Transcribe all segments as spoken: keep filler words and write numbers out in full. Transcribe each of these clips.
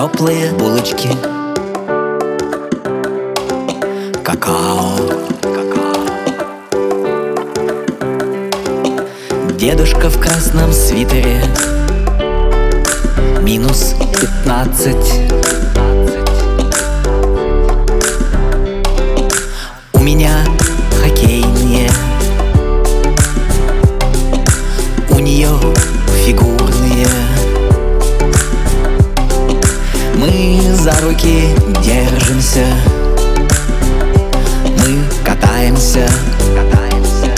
теплые булочки, какао, какао. Дедушка в красном свитере, минус пятнадцать. У меня хоккейные, у нее фигурные. Мы за руки держимся, мы катаемся, катаемся.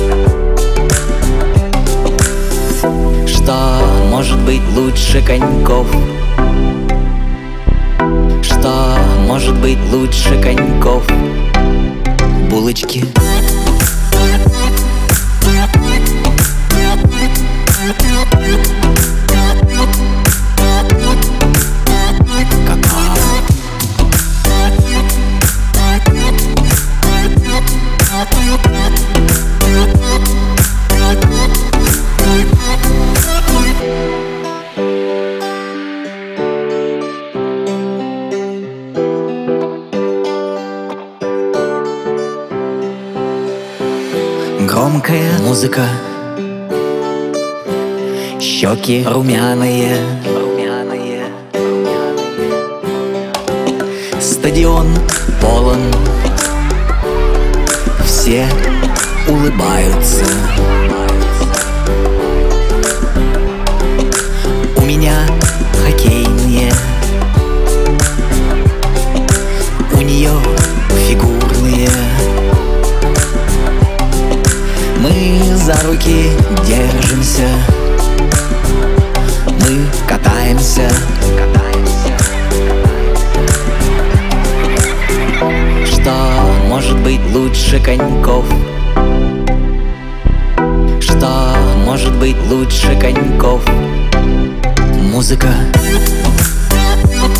Что может быть лучше коньков? Что может быть лучше коньков? Булочки. Громкая музыка, щеки румяные, румяные, стадион полон, все улыбаются. У меня хоккейные, у нее фигурные. Мы за руки держимся, мы катаемся, катаемся. Что может быть лучше коньков? Что может быть лучше коньков? Музыка.